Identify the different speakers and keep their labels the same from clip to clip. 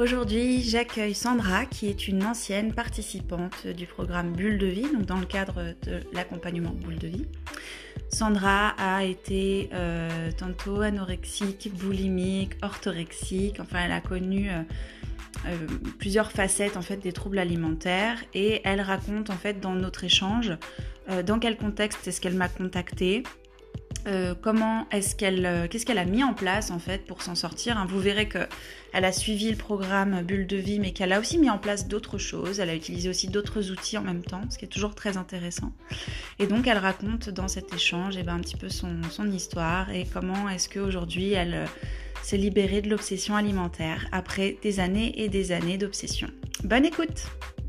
Speaker 1: Aujourd'hui, j'accueille Sandra, qui est une ancienne participante du programme Bulle de Vie, donc dans le cadre de l'accompagnement Bulle de Vie. Sandra a été tantôt anorexique, boulimique, orthorexique, enfin elle a connu plusieurs facettes en fait des troubles alimentaires et elle raconte en fait dans notre échange dans quel contexte est-ce qu'elle m'a contactée. Qu'est-ce qu'elle a mis en place en fait pour s'en sortir. Vous verrez qu'elle a suivi le programme Bulle de Vie, mais qu'elle a aussi mis en place d'autres choses. Elle a utilisé aussi d'autres outils en même temps, ce qui est toujours très intéressant. Et donc elle raconte dans cet échange un petit peu son histoire et comment est-ce qu'aujourd'hui elle s'est libérée de l'obsession alimentaire après des années et des années d'obsession. Bonne écoute!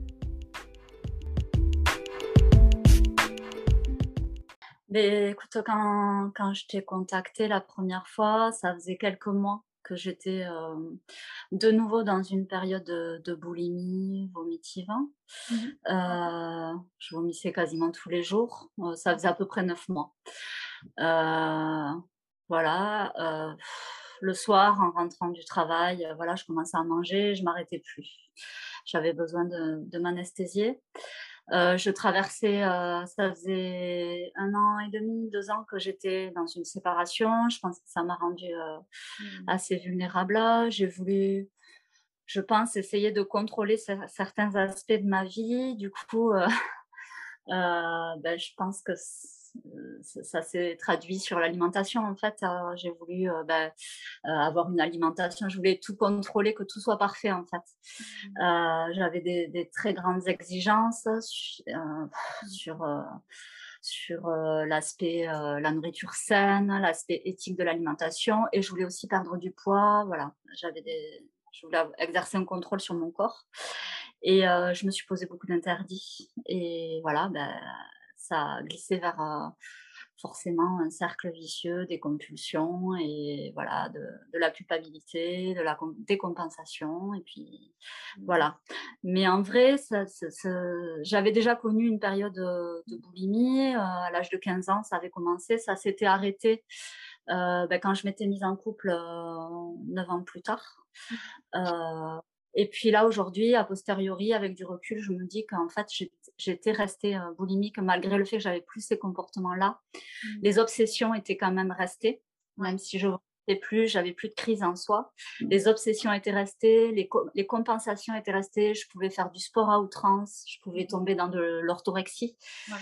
Speaker 2: Mais écoute, quand je t'ai contacté la première fois, ça faisait quelques mois que j'étais de nouveau dans une période de boulimie vomitive. Je vomissais quasiment tous les jours. Ça faisait à peu près 9 mois. Voilà. Le soir, en rentrant du travail, voilà, je commençais à manger, je m'arrêtais plus. J'avais besoin de m'anesthésier. Je traversais, ça faisait 1 an et demi, 2 ans que j'étais dans une séparation. Je pense que ça m'a rendue, assez vulnérable là. J'ai voulu, je pense, essayer de contrôler certains aspects de ma vie. Du coup, je pense que ça s'est traduit sur l'alimentation en fait. J'ai voulu, avoir une alimentation, je voulais tout contrôler, que tout soit parfait en fait. J'avais des très grandes exigences sur l'aspect, la nourriture saine, l'aspect éthique de l'alimentation, et je voulais aussi perdre du poids. Voilà, je voulais exercer un contrôle sur mon corps, et je me suis posé beaucoup d'interdits, et voilà, ça a glissé vers, forcément un cercle vicieux, des compulsions, et voilà, de la culpabilité, de la décompensation, et puis voilà. Mais en vrai, j'avais déjà connu une période de boulimie. À l'âge de 15 ans, ça avait commencé. Ça s'était arrêté quand je m'étais mise en couple 9 ans plus tard. Euh, et puis là, aujourd'hui, a posteriori, avec du recul, je me dis qu'en fait, j'étais restée boulimique malgré le fait que j'avais plus ces comportements-là. Les obsessions étaient quand même restées, même si je ne plus, j'avais plus de crise en soi. Les obsessions étaient restées, les compensations étaient restées. Je pouvais faire du sport à outrance, je pouvais tomber dans de l'orthorexie.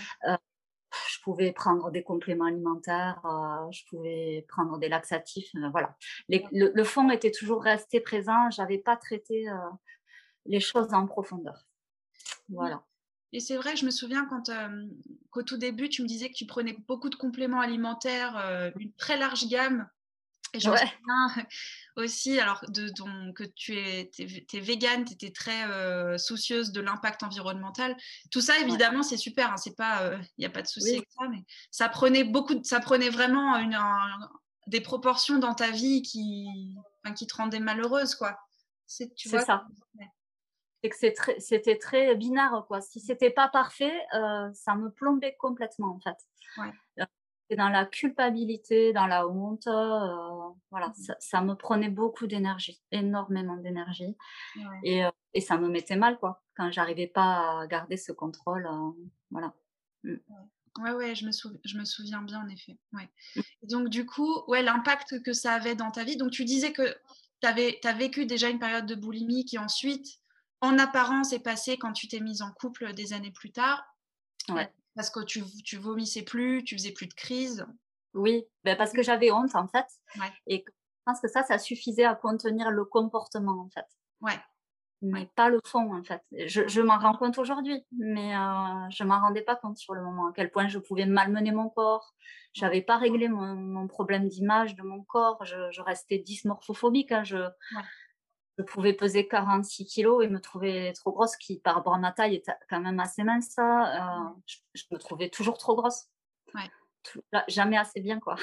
Speaker 2: Je pouvais prendre des compléments alimentaires, je pouvais prendre des laxatifs, voilà. Le fond était toujours resté présent, j'avais pas traité les choses en profondeur. Voilà.
Speaker 1: Et c'est vrai, je me souviens qu'au tout début, tu me disais que tu prenais beaucoup de compléments alimentaires, une très large gamme. Et je me souviens aussi, alors que tu es végane, tu étais très soucieuse de l'impact environnemental. Tout ça, évidemment, c'est super. Hein, c'est pas, y a pas de souci avec ça, mais ça prenait vraiment des proportions dans ta vie qui te rendaient malheureuse, quoi.
Speaker 2: C'est ça. C'est que c'était très binaire, quoi. Si c'était pas parfait, ça me plombait complètement, en fait. C'était dans la culpabilité, dans la honte, voilà, ça me prenait beaucoup d'énergie, énormément d'énergie, et ça me mettait mal, quoi, quand j'arrivais pas à garder ce contrôle, voilà.
Speaker 1: Ouais, je me souviens bien, en effet. Ouais. Et donc, du coup, l'impact que ça avait dans ta vie. Donc, tu disais que tu as vécu déjà une période de boulimie qui ensuite, en apparence, est passée quand tu t'es mise en couple des années plus tard. Parce que tu vomissais plus, tu faisais plus de crise.
Speaker 2: Oui, parce que j'avais honte, en fait. Et je pense que ça suffisait à contenir le comportement, en fait. Mais pas le fond, en fait. Je m'en rends compte aujourd'hui, mais je m'en rendais pas compte sur le moment, à quel point je pouvais malmener mon corps. J'avais pas réglé mon problème d'image de mon corps. Je restais dysmorphophobique. Hein. Je pouvais peser 46 kilos et me trouver trop grosse, qui par rapport à ma taille est quand même assez mince. Je me trouvais toujours trop grosse. Jamais assez bien, quoi.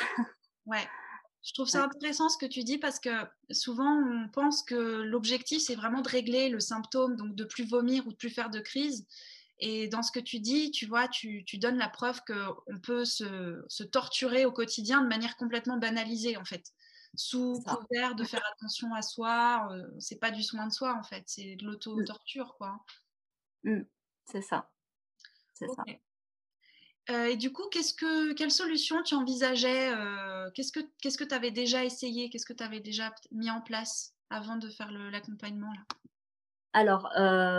Speaker 1: Je trouve ça intéressant ce que tu dis, parce que souvent on pense que l'objectif c'est vraiment de régler le symptôme, donc de plus vomir ou de plus faire de crise. Et dans ce que tu dis, tu vois, tu donnes la preuve qu'on peut se torturer au quotidien de manière complètement banalisée, en fait. sous
Speaker 2: ça.
Speaker 1: couvert de faire attention à soi. C'est pas du soin de soi, en fait, c'est de
Speaker 2: Mmh,
Speaker 1: l'auto-torture, quoi.
Speaker 2: mmh. C'est ça, c'est ça.
Speaker 1: OK. Et du coup, quelle solution tu envisageais, qu'est-ce que tu avais déjà essayé? Qu'est-ce que tu avais déjà mis en place avant de faire l'accompagnement là?
Speaker 2: Alors,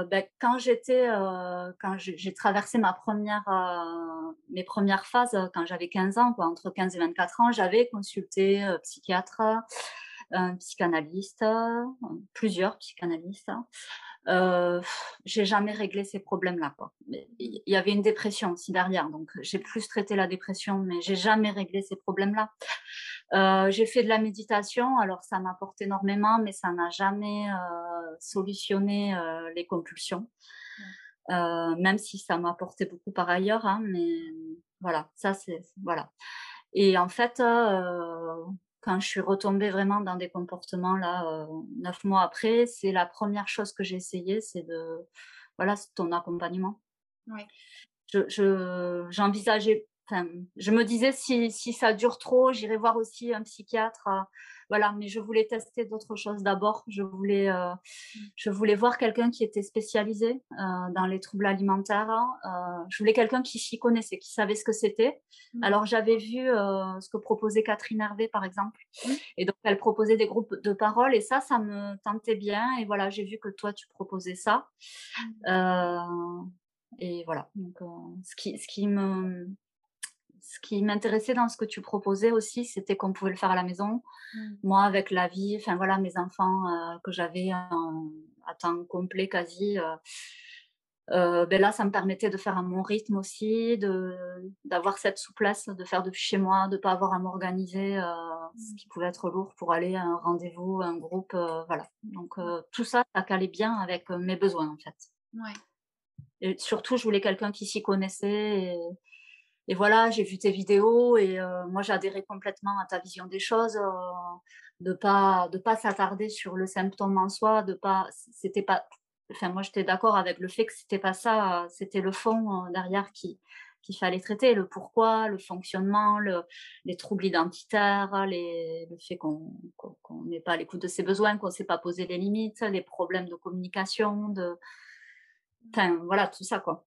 Speaker 2: quand j'ai traversé mes premières phases, quand j'avais 15 ans, quoi, entre 15 et 24 ans, j'avais consulté, psychiatre, un psychanalyste, plusieurs psychanalystes. Heu, j'ai jamais réglé ces problèmes-là, quoi. Mais
Speaker 1: Mmh.
Speaker 2: il y avait une dépression aussi derrière, donc j'ai plus traité la dépression, mais j'ai jamais réglé ces problèmes-là. J'ai fait de la méditation, alors ça m'apporte énormément, mais ça n'a jamais, solutionné, les compulsions.
Speaker 1: Ouais.
Speaker 2: Même si ça m'apportait beaucoup par ailleurs, hein, mais voilà, ça c'est voilà. Et en fait, quand je suis retombée vraiment dans des comportements là, 9 mois après, c'est la première chose que j'ai essayé, c'est voilà, c'est ton accompagnement.
Speaker 1: Ouais.
Speaker 2: J'envisageais, enfin, je me disais si ça dure trop, j'irai voir aussi un psychiatre, voilà, mais je voulais tester d'autres choses d'abord.
Speaker 1: Mmh.
Speaker 2: Je voulais voir quelqu'un qui était spécialisé, dans les troubles alimentaires, je voulais quelqu'un qui s'y connaissait, qui savait ce que c'était.
Speaker 1: Mmh.
Speaker 2: Alors j'avais vu, ce que proposait Catherine Hervé, par exemple,
Speaker 1: Mmh.
Speaker 2: et donc elle proposait des groupes de parole et ça me tentait bien et voilà, j'ai vu que toi tu proposais ça.
Speaker 1: Mmh.
Speaker 2: Heu et voilà, donc ce qui m'intéressait dans ce que tu proposais aussi, c'était qu'on pouvait le faire à la maison.
Speaker 1: Mmh.
Speaker 2: Moi, avec la vie, enfin voilà, mes enfants, que j'avais à temps complet quasi, là, ça me permettait de faire à mon rythme aussi, d'avoir cette souplesse, de faire depuis chez moi, de pas avoir à m'organiser, ce
Speaker 1: Mmh.
Speaker 2: qui pouvait être lourd pour aller à un rendez-vous, un groupe, voilà. Donc tout ça, ça calait bien avec, mes besoins, en fait.
Speaker 1: Ouais.
Speaker 2: Et surtout, je voulais quelqu'un qui s'y connaissait et voilà, j'ai vu tes vidéos et moi, j'ai adhéré complètement à ta vision des choses, de pas s'attarder sur le symptôme en soi, de pas c'était pas enfin, moi, j'étais d'accord avec le fait que c'était pas ça, c'était le fond, derrière qu'il fallait traiter, le pourquoi, le fonctionnement, les troubles identitaires, le fait qu'on n'est pas à l'écoute de ses besoins, qu'on ne sait pas poser les limites, les problèmes de communication, enfin, voilà, tout ça, quoi.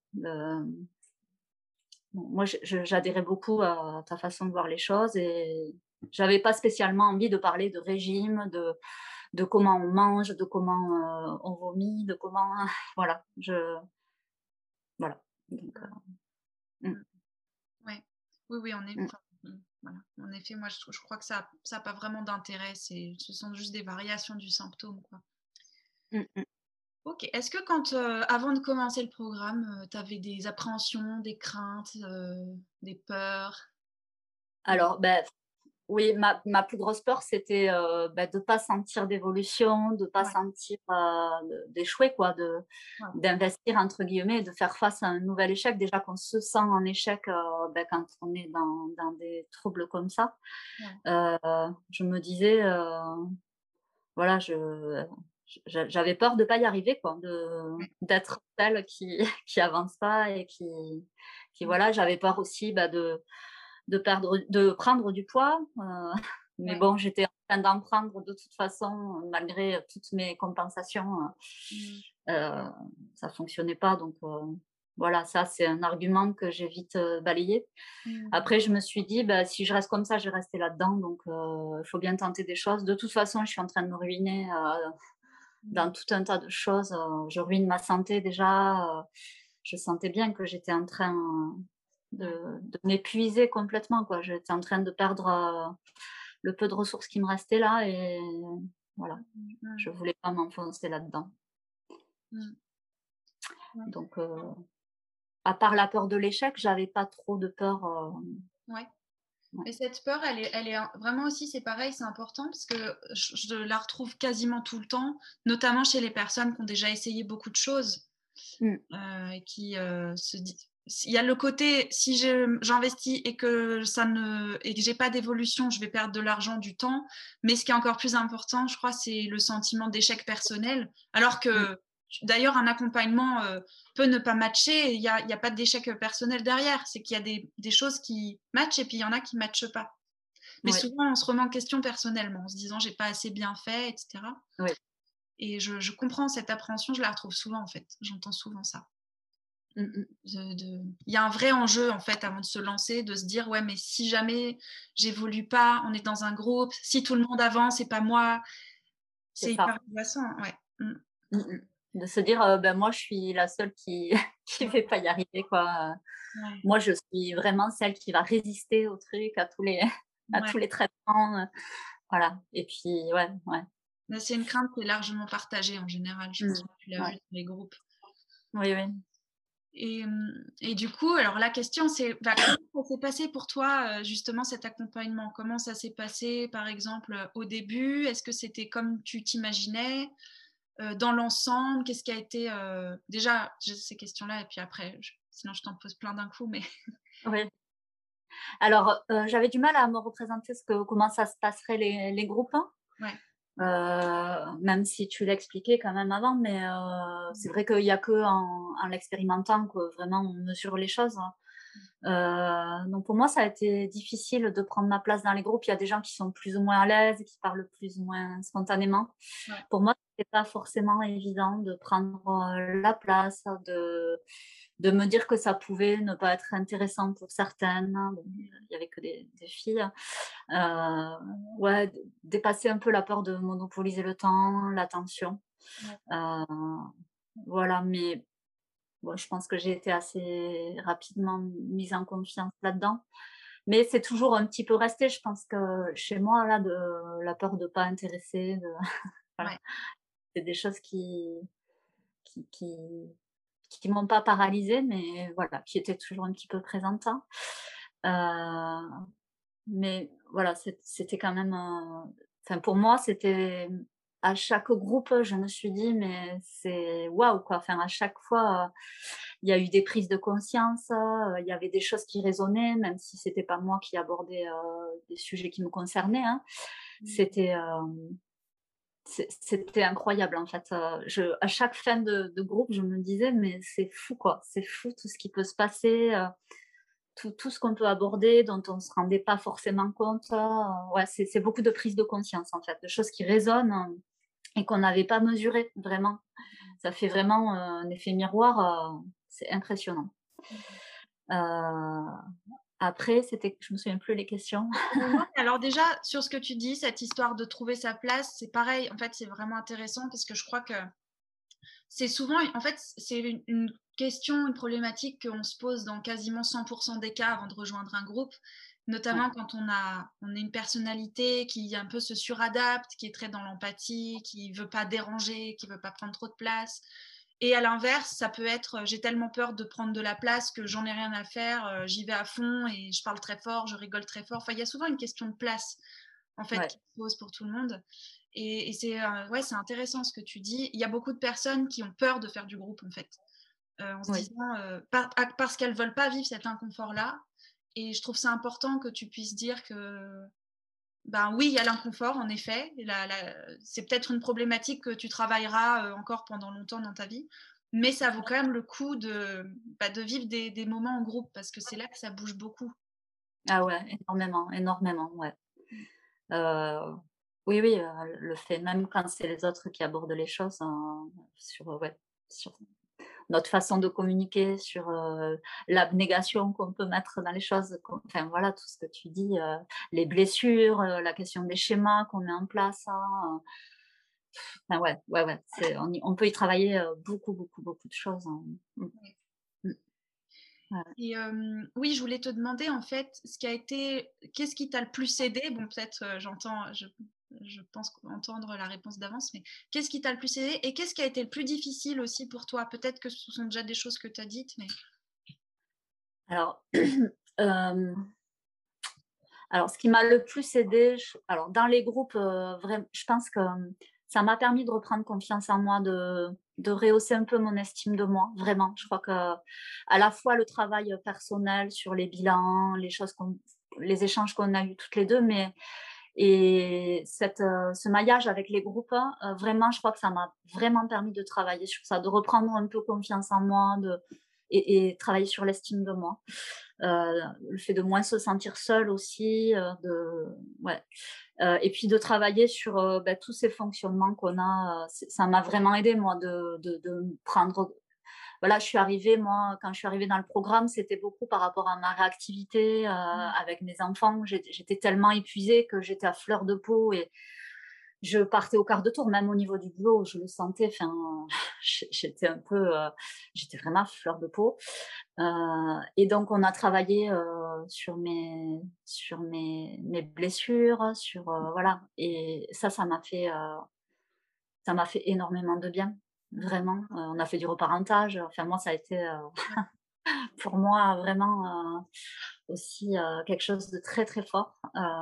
Speaker 2: Bon, moi, j'adhérais beaucoup à ta façon de voir les choses et j'avais pas spécialement envie de parler de régime, de comment on mange, de comment, on vomit, de comment voilà, voilà, donc mmh,
Speaker 1: Mmh. Ouais. Oui, oui,
Speaker 2: mmh,
Speaker 1: enfin, voilà. En effet, moi, je crois que ça a pas vraiment d'intérêt. Ce sont juste des variations du symptôme, quoi.
Speaker 2: mmh, mmh.
Speaker 1: OK. Est-ce que quand, avant de commencer le programme, tu avais des appréhensions, des craintes, des peurs? Mmh.
Speaker 2: Alors, oui, ma plus grosse peur, c'était, de pas sentir d'évolution, de pas
Speaker 1: Ouais,
Speaker 2: sentir, d'échouer quoi,
Speaker 1: ouais,
Speaker 2: d'investir entre guillemets, de faire face à un nouvel échec. Déjà qu'on se sent en échec, quand on est dans des troubles comme ça.
Speaker 1: ouais.
Speaker 2: Heu, je me disais, voilà, j'avais peur de pas y arriver quoi,
Speaker 1: Ouais.
Speaker 2: d'être celle qui qui avance pas et qui
Speaker 1: Mmh.
Speaker 2: voilà, j'avais peur aussi, de prendre du poids, mais
Speaker 1: Ouais.
Speaker 2: bon, j'étais en train d'en prendre de toute façon, malgré, toutes mes compensations,
Speaker 1: Mmh.
Speaker 2: heu, ça fonctionnait pas donc voilà, ça c'est un argument que j'ai vite, balayé.
Speaker 1: Mmh.
Speaker 2: Après je me suis dit: «Bah, si je reste comme ça, je vais rester là-dedans donc il faut bien tenter des choses». De toute façon, je suis en train de me ruiner,
Speaker 1: Mmh.
Speaker 2: dans tout un tas de choses, je ruine ma santé déjà, je sentais bien que j'étais en train,
Speaker 1: Ouais.
Speaker 2: de m'épuiser complètement, quoi. J'étais en train de perdre, le peu de ressources qui me restaient là et voilà,
Speaker 1: Mmh. Mmh.
Speaker 2: je voulais pas m'enfoncer là-dedans.
Speaker 1: Mmh. Ouais.
Speaker 2: Donc à part la peur de l'échec, j'avais pas trop de peur,
Speaker 1: Ouais.
Speaker 2: ouais.
Speaker 1: Mais cette peur, elle est vraiment aussi, c'est pareil, c'est important parce que je la retrouve quasiment tout le temps, notamment chez les personnes qui ont déjà essayé beaucoup de choses.
Speaker 2: Mmh,
Speaker 1: Et qui se dit, il y a le côté si j'investis et que j'ai pas d'évolution, je vais perdre de l'argent, du temps. Mais ce qui est encore plus important, je crois, c'est le sentiment d'échec personnel. Alors
Speaker 2: mmh,
Speaker 1: que d'ailleurs, un accompagnement peut ne pas matcher. Il y a pas d'échec personnel derrière. C'est qu'il y a des choses qui matchent et puis il y en a qui matchent pas. Mais
Speaker 2: Oui,
Speaker 1: souvent, on se remet en question personnellement, en se disant: «J'ai pas assez bien fait» et cetera.
Speaker 2: oui,
Speaker 1: Et je comprends cette appréhension, je la retrouve souvent, en fait. J'entends souvent ça.
Speaker 2: mmh.
Speaker 1: Il y a un vrai enjeu, en fait, avant de se lancer, de se dire: «Ouais, mais si jamais j'évolue pas, on est dans un groupe, si tout le monde avance et pas moi»,
Speaker 2: C'est
Speaker 1: c'est hyper
Speaker 2: ça.
Speaker 1: angoissant, ouais.
Speaker 2: Mmh. De se dire, «Ben, moi, je suis la seule qui qui
Speaker 1: Ouais,
Speaker 2: vais pas y arriver, quoi,
Speaker 1: ouais,
Speaker 2: moi, je suis vraiment celle qui va résister au truc, à tous les à
Speaker 1: ouais.
Speaker 2: tous les traitements, voilà et puis ouais, ouais.
Speaker 1: Mais c'est une crainte qui est largement partagée en général, je pense
Speaker 2: Mmh.
Speaker 1: que tu l'as vu
Speaker 2: Ouais.
Speaker 1: dans les groupes.
Speaker 2: Oui, oui.
Speaker 1: Et du coup, alors la question c'est, bah, comment ça s'est passé pour toi, justement cet accompagnement? Comment ça s'est passé, par exemple, au début? Est-ce que c'était comme tu t'imaginais? Dans l'ensemble, qu'est-ce qui a été, déjà, j'ai ces questions-là et puis après, sinon je t'en pose plein d'un coup, mais
Speaker 2: Oui. Alors, j'avais du mal à me représenter comment ça se passerait les groupes,
Speaker 1: ouais.
Speaker 2: même si tu l'expliquais quand même avant, mais c'est vrai qu'il y a qu'en l'expérimentant que vraiment on mesure les choses. Donc pour moi, ça a été difficile de prendre ma place dans les groupes. Il y a des gens qui sont plus ou moins à l'aise, qui parlent plus ou moins spontanément.
Speaker 1: Ouais.
Speaker 2: Pour moi, c'était pas forcément évident de prendre, la place, de me dire que ça pouvait ne pas être intéressant pour certaines. Bon, il y avait que des filles. Heu, ouais, dépasser un peu la peur de monopoliser le temps, l'attention.
Speaker 1: Ouais.
Speaker 2: Heu, voilà, mais bon, je pense que j'ai été assez rapidement mise en confiance là-dedans. Mais c'est toujours un petit peu resté, je pense que chez moi, là, de la peur de pas intéresser, de voilà.
Speaker 1: Ouais.
Speaker 2: C'est des choses qui qui qui m'ont pas paralysée, mais voilà, qui étaient toujours un petit peu présentes, hein. Mais voilà, c'était quand même, enfin pour moi, c'était à chaque groupe, je me suis dit: «Mais c'est waouh quoi!» Enfin à chaque fois, il y a eu des prises de conscience, il y avait des choses qui résonnaient, même si c'était pas moi qui abordais, des sujets qui me concernaient, hein.
Speaker 1: Mmh.
Speaker 2: C'était, c'était incroyable en fait, à chaque fin de groupe, je me disais: «Mais c'est fou quoi, c'est fou tout ce qui peut se passer, tout ce qu'on peut aborder, dont on ne se rendait pas forcément compte, ouais, c'est beaucoup de prise de conscience, en fait, de choses qui résonnent, et qu'on n'avait pas mesurées, vraiment. Ça fait vraiment, un effet miroir, c'est impressionnant. Heu, après, je me souviens plus les questions.
Speaker 1: Non, mais alors déjà, sur ce que tu dis, cette histoire de trouver sa place, c'est pareil, en fait, c'est vraiment intéressant parce que je crois que c'est souvent, en fait, c'est une question, une problématique qu'on se pose dans quasiment 100% des cas avant de rejoindre un groupe,
Speaker 2: Ouais,
Speaker 1: notamment quand on a une personnalité qui un peu se suradapte, qui est très dans l'empathie, qui veut pas déranger, qui veut pas prendre trop de place. Et à l'inverse, ça peut être, j'ai tellement peur de prendre de la place que j'en ai rien à faire, j'y vais à fond et je parle très fort, je rigole très fort. Enfin, il y a souvent une question de place, en fait,
Speaker 2: ouais,
Speaker 1: qui se pose pour tout le monde. Et c'est ouais, c'est intéressant ce que tu dis. Il y a beaucoup de personnes qui ont peur de faire du groupe, en fait, en se
Speaker 2: oui,
Speaker 1: disant, parce qu'elles veulent pas vivre cet inconfort-là. Et je trouve ça important que tu puisses dire que, ben oui, il y a l'inconfort, en effet. C'est peut-être une problématique que tu travailleras encore pendant longtemps dans ta vie, mais ça vaut quand même le coup de vivre des moments en groupe parce que c'est là que ça bouge beaucoup.
Speaker 2: ah ouais, énormément, énormément, ouais. Oui, oui, le fait même quand c'est les autres qui abordent les choses, ouais, sur notre façon de communiquer, sur, l'abnégation qu'on peut mettre dans les choses, enfin voilà, tout ce que tu dis, les blessures, la question des schémas qu'on met en place, hein, enfin ouais, ouais, ouais, on peut y travailler, beaucoup, beaucoup, beaucoup de choses, hein. Mmh, mmh, ouais.
Speaker 1: Et oui, je voulais te demander en fait, qu'est-ce qui t'a le plus aidé? Bon, peut-être, je pense entendre la réponse d'avance, mais qu'est-ce qui t'a le plus aidé et qu'est-ce qui a été le plus difficile aussi pour toi? Peut-être que ce sont déjà des choses que tu as dites, mais
Speaker 2: Alors, hem, alors ce qui m'a le plus aidé, alors dans les groupes, je pense que, ça m'a permis de reprendre confiance en moi, de rehausser un peu mon estime de moi, vraiment. Je crois que à la fois le travail, personnel sur les bilans, les échanges qu'on a eus toutes les 2, mais ce maillage avec les groupes, vraiment, je crois que ça m'a vraiment permis de travailler sur ça, de reprendre un peu confiance en moi, et travailler sur l'estime de moi. Le fait de moins se sentir seule aussi, ouais. Et puis de travailler sur, tous ces fonctionnements qu'on a, ça m'a vraiment aidé moi de me prendre voilà, je suis arrivée, moi, quand je suis arrivée dans le programme, c'était beaucoup par rapport à ma réactivité avec mes enfants. J'étais tellement épuisée que j'étais à fleur de peau et je partais au quart de tour, même au niveau du boulot, je le sentais. Enfin, j'étais un peu, j'étais vraiment à fleur de peau. Et donc, on a travaillé sur mes blessures, voilà. Et ça m'a fait énormément de bien, vraiment. On a fait du reparentage. Enfin, moi, ça a été pour moi vraiment aussi quelque chose de très très fort.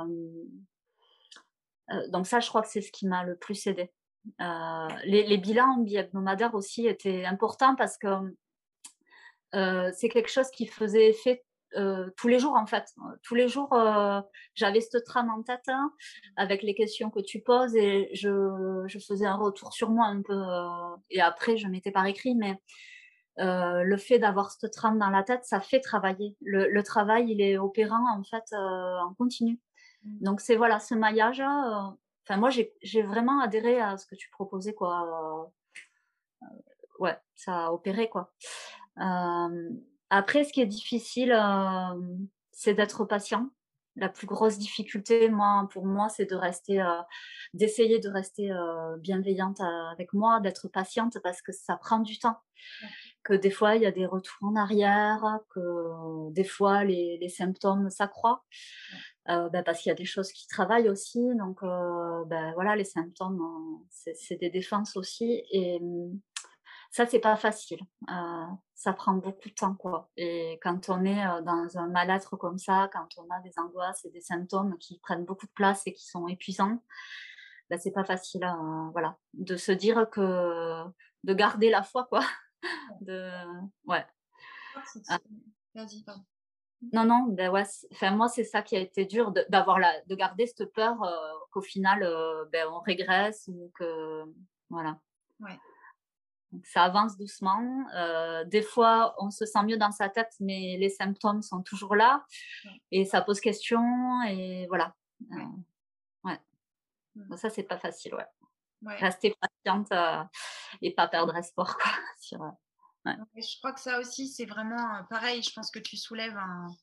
Speaker 2: Donc ça, je crois que c'est ce qui m'a le plus aidé. Les bilans bi-hebdomadaires aussi étaient importants parce que c'est quelque chose qui faisait effet tous les jours en fait. Tous les jours, j'avais cette trame en tête hein, avec les questions que tu poses et je faisais un retour sur moi un peu. Et après, je mettais par écrit, mais le fait d'avoir cette trame dans la tête, ça fait travailler. Le travail, il est opérant en fait en continu. Donc c'est voilà, ce maillage. Enfin moi, j'ai vraiment adhéré à ce que tu proposais quoi. Ouais, ça a opéré quoi. Après, ce qui est difficile, c'est d'être patient. La plus grosse difficulté, moi, pour moi, c'est d'essayer de rester bienveillante avec moi, d'être patiente parce que ça prend du temps. Que des fois, il y a des retours en arrière, que des fois, les symptômes s'accroît, parce qu'il y a des choses qui travaillent aussi. Donc, voilà, les symptômes, c'est des défenses aussi. Et ça, c'est pas facile. Ça prend beaucoup de temps, quoi. Et quand on est dans un mal-être comme ça, quand on a des angoisses et des symptômes qui prennent beaucoup de place et qui sont épuisants, c'est pas facile, voilà, de se dire que de garder la foi, quoi. De, ouais. Ah,
Speaker 1: Vas-y, pardon.
Speaker 2: non, non, ouais, enfin, moi, c'est ça qui a été dur, de garder cette peur qu'au final, on régresse ou que, voilà.
Speaker 1: Ouais.
Speaker 2: Donc, ça avance doucement. Des fois, on se sent mieux dans sa tête, mais les symptômes sont toujours là.
Speaker 1: Ouais.
Speaker 2: Et ça pose question. Et voilà.
Speaker 1: Ouais.
Speaker 2: Ouais. Donc ça, c'est pas facile. Ouais.
Speaker 1: Ouais.
Speaker 2: Rester patiente et pas perdre espoir. Quoi, ouais.
Speaker 1: Je crois que ça aussi, c'est vraiment pareil. Je pense que tu soulèves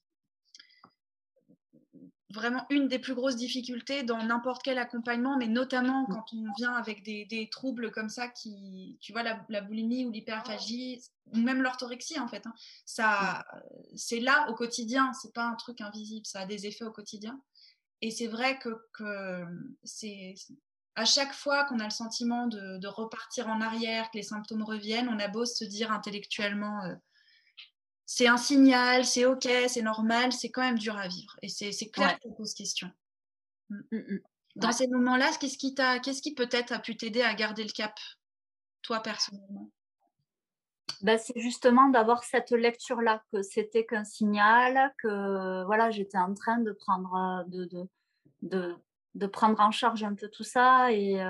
Speaker 1: vraiment une des plus grosses difficultés dans n'importe quel accompagnement, mais notamment quand on vient avec des troubles comme ça, tu vois, la boulimie ou l'hyperphagie, ou même l'orthorexie en fait, hein, ça, c'est là au quotidien, c'est pas un truc invisible, ça a des effets au quotidien. Et c'est vrai que c'est à chaque fois qu'on a le sentiment de repartir en arrière, que les symptômes reviennent, on a beau se dire intellectuellement c'est un signal, c'est ok, c'est normal, c'est quand même dur à vivre. Et c'est clair que ça pose question. Dans ces moments-là, qu'est-ce qui peut-être a pu t'aider à garder le cap, toi personnellement?
Speaker 2: C'est justement d'avoir cette lecture-là, que c'était qu'un signal, que voilà, j'étais en train de prendre, de prendre en charge un peu tout ça. Et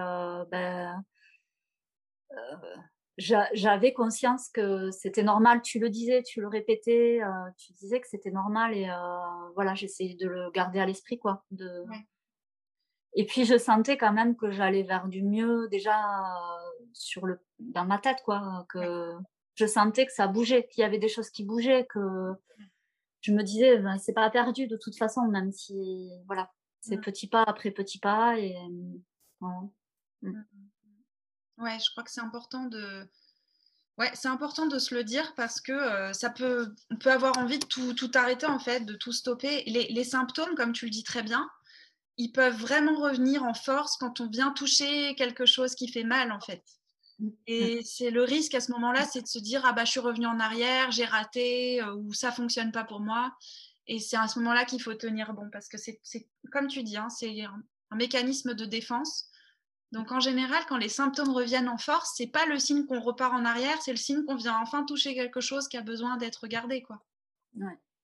Speaker 2: j'avais conscience que c'était normal. Tu le disais, tu le répétais, tu disais que c'était normal. Et voilà, j'essayais de le garder à l'esprit, quoi.
Speaker 1: Ouais.
Speaker 2: Et puis je sentais quand même que j'allais vers du mieux déjà dans ma tête, quoi, que je sentais que ça bougeait, qu'il y avait des choses qui bougeaient, que je me disais: c'est pas perdu de toute façon», même si voilà, c'est petit pas après petit pas. Et voilà.
Speaker 1: Ouais, je crois que c'est important c'est important de se le dire parce que on peut avoir envie de tout arrêter en fait, de tout stopper. Les symptômes, comme tu le dis très bien, ils peuvent vraiment revenir en force quand on vient toucher quelque chose qui fait mal en fait. Et c'est le risque à ce moment-là, c'est de se dire ah bah je suis revenue en arrière, j'ai raté ou ça fonctionne pas pour moi. Et c'est à ce moment-là qu'il faut tenir bon parce que c'est comme tu dis, hein, c'est un mécanisme de défense. Donc en général, quand les symptômes reviennent en force, c'est pas le signe qu'on repart en arrière, c'est le signe qu'on vient enfin toucher quelque chose qui a besoin d'être gardé, quoi.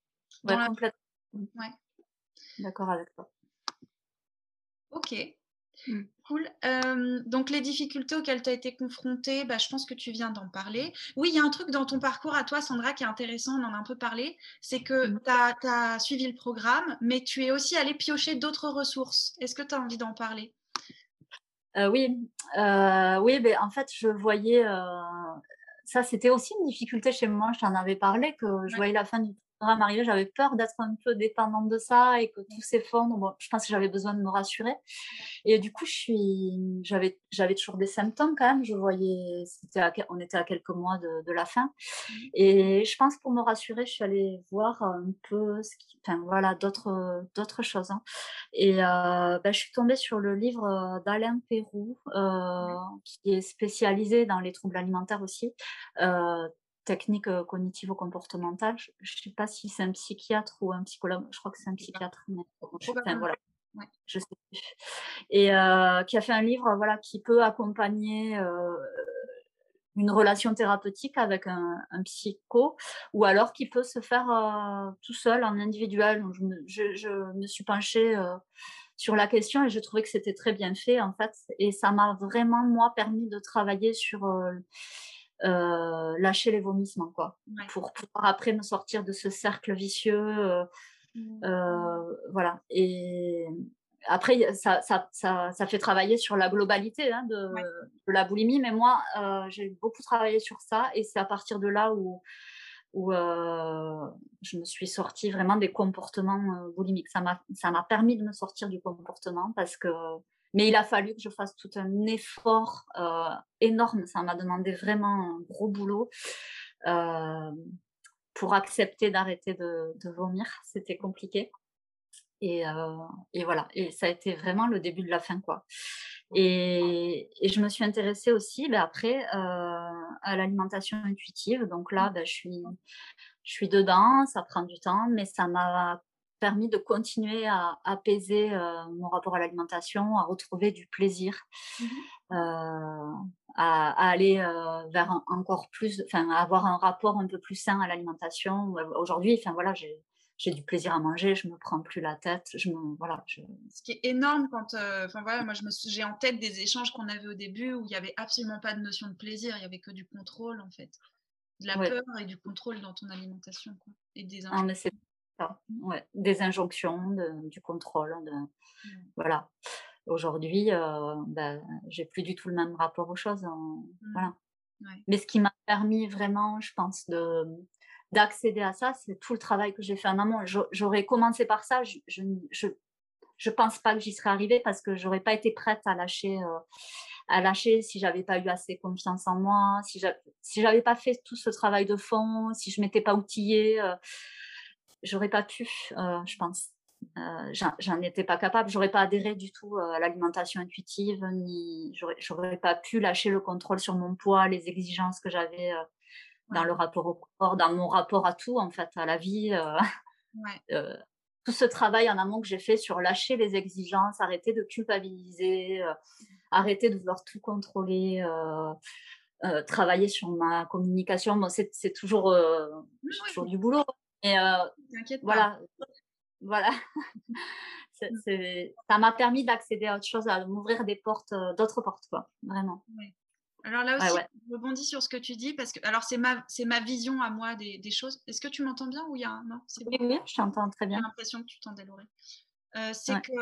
Speaker 2: Complètement.
Speaker 1: Ouais.
Speaker 2: D'accord avec toi.
Speaker 1: Ok. Cool. Donc, les difficultés auxquelles tu as été confrontée, bah, je pense que tu viens d'en parler. Oui, il y a un truc dans ton parcours à toi, Sandra, qui est intéressant, on en a un peu parlé, c'est que tu as suivi le programme, mais tu es aussi allée piocher d'autres ressources. Est-ce que tu as envie d'en parler?
Speaker 2: Oui, oui, mais en fait, je voyais, ça, c'était aussi une difficulté chez moi. Je t'en avais parlé, que je
Speaker 1: Ouais,
Speaker 2: voyais la fin du programme arriver. J'avais peur d'être un peu dépendante de ça et que
Speaker 1: ouais,
Speaker 2: tout s'effondre. Bon, je pense que j'avais besoin de me rassurer. Et du coup, j'avais toujours des symptômes quand même. Je voyais, on était à quelques mois de la fin.
Speaker 1: ouais.
Speaker 2: Et je pense, pour me rassurer, je suis allée voir un peu enfin voilà, d'autres choses, hein. Et bah, je suis tombée sur le livre d'Alain Péroux, qui est spécialisé dans les troubles alimentaires aussi, heu, techniques cognitivo-comportementales. Je ne sais pas si c'est un psychiatre ou un psychologue, je crois que c'est un
Speaker 1: Je sais pas.
Speaker 2: psychiatre, mais bon, enfin
Speaker 1: Probablement.
Speaker 2: voilà,
Speaker 1: Ouais.
Speaker 2: je sais plus. Et qui a fait un livre, voilà, qui peut accompagner une relation thérapeutique avec un psycho, ou alors qui peut se faire tout seul, en individuel. Donc je me suis penchée sur la question et je trouvais que c'était très bien fait, en fait. Et ça m'a vraiment, moi, permis de travailler sur lâcher les vomissements, quoi,
Speaker 1: Ouais.
Speaker 2: pour pouvoir après me sortir de ce cercle vicieux.
Speaker 1: Mm.
Speaker 2: Voilà. Et après, ça fait travailler sur la globalité, hein,
Speaker 1: Ouais.
Speaker 2: de la boulimie, mais moi, j'ai beaucoup travaillé sur ça, et c'est à partir de là où je me suis sortie vraiment des comportements boulimiques. Ça m'a permis de me sortir du comportement, mais il a fallu que je fasse tout un effort énorme. Ça m'a demandé vraiment un gros boulot euh, pour accepter d'arrêter de vomir. C'était compliqué. Et, heu et voilà, et ça a été vraiment le début de la fin, quoi. Et je me suis intéressée aussi, après, à l'alimentation intuitive. Donc là, je suis dedans, ça prend du temps, mais ça m'a permis de continuer à apaiser mon rapport à l'alimentation, à retrouver du plaisir,
Speaker 1: Mhm.
Speaker 2: heu, à aller vers encore plus, enfin, à avoir un rapport un peu plus sain à l'alimentation. Aujourd'hui, enfin voilà, j'ai du plaisir à manger, je me prends plus la tête, voilà,
Speaker 1: Ce qui est énorme quand, enfin voilà, moi j'ai en tête des échanges qu'on avait au début où il y avait absolument pas de notion de plaisir, il y avait que du contrôle en fait, de la
Speaker 2: ouais,
Speaker 1: peur et du contrôle dans ton alimentation, quoi, et des
Speaker 2: non,
Speaker 1: injonctions.
Speaker 2: mais c'est ça, ouais, des injonctions, du contrôle,
Speaker 1: Ouais.
Speaker 2: voilà. Aujourd'hui, j'ai plus du tout le même rapport aux choses,
Speaker 1: Mm.
Speaker 2: voilà.
Speaker 1: Ouais.
Speaker 2: Mais ce qui m'a permis vraiment, je pense, d'accéder à ça, c'est tout le travail que j'ai fait en amont. J'aurais commencé par ça, je pense pas que j'y serais arrivée, parce que j'aurais pas été prête à lâcher si j'avais pas eu assez confiance en moi, si j'avais pas fait tout ce travail de fond, si je m'étais pas outillée, j'aurais pas pu, je pense. J'en étais pas capable, j'aurais pas adhéré du tout à l'alimentation intuitive, ni j'aurais pas pu lâcher le contrôle sur mon poids, les exigences que j'avais dans
Speaker 1: Ouais.
Speaker 2: le rapport au corps, dans mon rapport à tout, en fait, à la vie.
Speaker 1: Ouais.
Speaker 2: Heu, Tout ce travail en amont que j'ai fait sur lâcher les exigences, arrêter de culpabiliser, arrêter de vouloir tout contrôler, travailler sur ma communication. Bon, c'est toujours, j'ai toujours
Speaker 1: Ouais,
Speaker 2: du boulot, mais
Speaker 1: t'inquiète pas.
Speaker 2: voilà, voilà. Ça m'a permis d'accéder à autre chose, à m'ouvrir des portes, d'autres portes, quoi, vraiment.
Speaker 1: Ouais. Alors là
Speaker 2: Ouais,
Speaker 1: aussi,
Speaker 2: ouais.
Speaker 1: je rebondis sur ce que tu dis parce que, alors c'est ma vision à moi des choses. Est-ce que tu m'entends bien ou il y a un... Non, c'est
Speaker 2: Oui,
Speaker 1: bon.
Speaker 2: oui, je t'entends très
Speaker 1: J'ai
Speaker 2: bien.
Speaker 1: l'impression que tu tendais l'oreille. C'est
Speaker 2: Ouais.
Speaker 1: que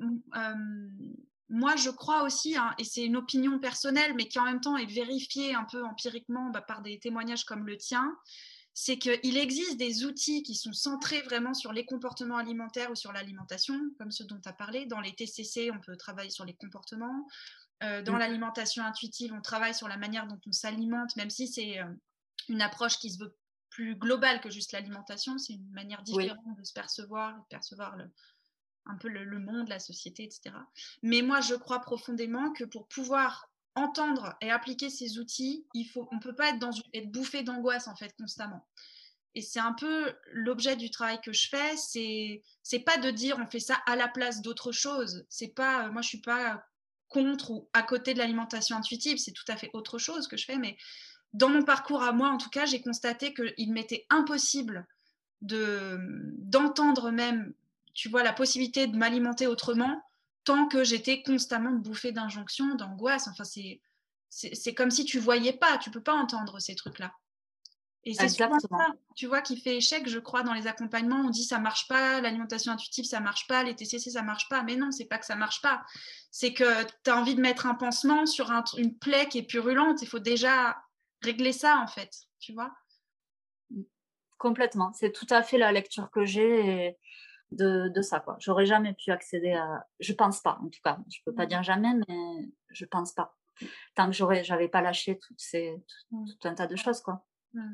Speaker 1: moi, je crois aussi, hein, et c'est une opinion personnelle, mais qui en même temps est vérifiée un peu empiriquement, bah, par des témoignages comme le tien, c'est qu'il existe des outils qui sont centrés vraiment sur les comportements alimentaires ou sur l'alimentation, comme ceux dont tu as parlé. Dans les TCC, on peut travailler sur les comportements. Dans
Speaker 2: Mmh.
Speaker 1: l'alimentation intuitive, on travaille sur la manière dont on s'alimente, même si c'est une approche qui se veut plus globale que juste l'alimentation. C'est une manière
Speaker 2: Oui,
Speaker 1: différente de se percevoir, de percevoir un peu le monde, la société, etc. Mais moi, je crois profondément que pour pouvoir entendre et appliquer ces outils, on ne peut pas être bouffé d'angoisse en fait constamment. Et c'est un peu l'objet du travail que je fais, c'est pas de dire on fait ça à la place d'autre chose. C'est pas, moi je suis pas contre ou à côté de l'alimentation intuitive, c'est tout à fait autre chose que je fais. Mais dans mon parcours à moi, en tout cas, j'ai constaté qu'il m'était impossible d'entendre même, tu vois, la possibilité de m'alimenter autrement tant que j'étais constamment bouffée d'injonctions, d'angoisse. Enfin, c'est comme si tu voyais pas, tu peux pas entendre ces trucs-là. Et c'est souvent
Speaker 2: Exactement.
Speaker 1: ça, tu vois, qui fait échec, je crois, dans les accompagnements. On dit ça marche pas, l'alimentation intuitive, ça marche pas, les TCC, ça marche pas. Mais non, c'est pas que ça marche pas. C'est que tu as envie de mettre un pansement sur une plaie qui est purulente. Il faut déjà régler ça, en fait, tu vois.
Speaker 2: Complètement. C'est tout à fait la lecture que j'ai de ça, quoi. J'aurais jamais pu accéder à je pense pas, en tout cas. Je peux pas dire jamais, mais je pense pas. Tant que j'avais pas lâché tout un tas de choses, quoi.
Speaker 1: Mm.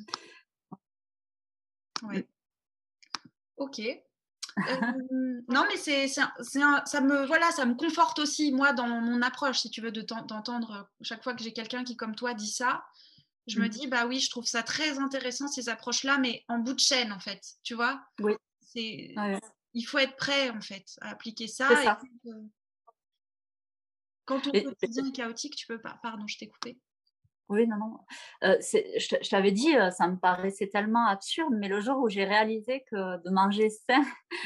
Speaker 2: Mmh.
Speaker 1: Ouais. Ok. Non, mais ça me conforte aussi, moi, dans mon approche, si tu veux, d'entendre chaque fois que j'ai quelqu'un qui, comme toi, dit ça. Je me
Speaker 2: Mmh.
Speaker 1: dis, bah oui, je trouve ça très intéressant, ces approches-là, mais en bout de chaîne, en fait, tu vois.
Speaker 2: Oui,
Speaker 1: C'est,
Speaker 2: ouais, ouais.
Speaker 1: il faut être prêt, en fait, à appliquer
Speaker 2: C'est
Speaker 1: ça. Et
Speaker 2: ça.
Speaker 1: quand ton
Speaker 2: Et
Speaker 1: quotidien est chaotique, tu peux pas. Pardon, je t'ai coupé.
Speaker 2: oui, non, non. Je t'avais dit, ça me paraissait tellement absurde, mais le jour où j'ai réalisé que de manger sain,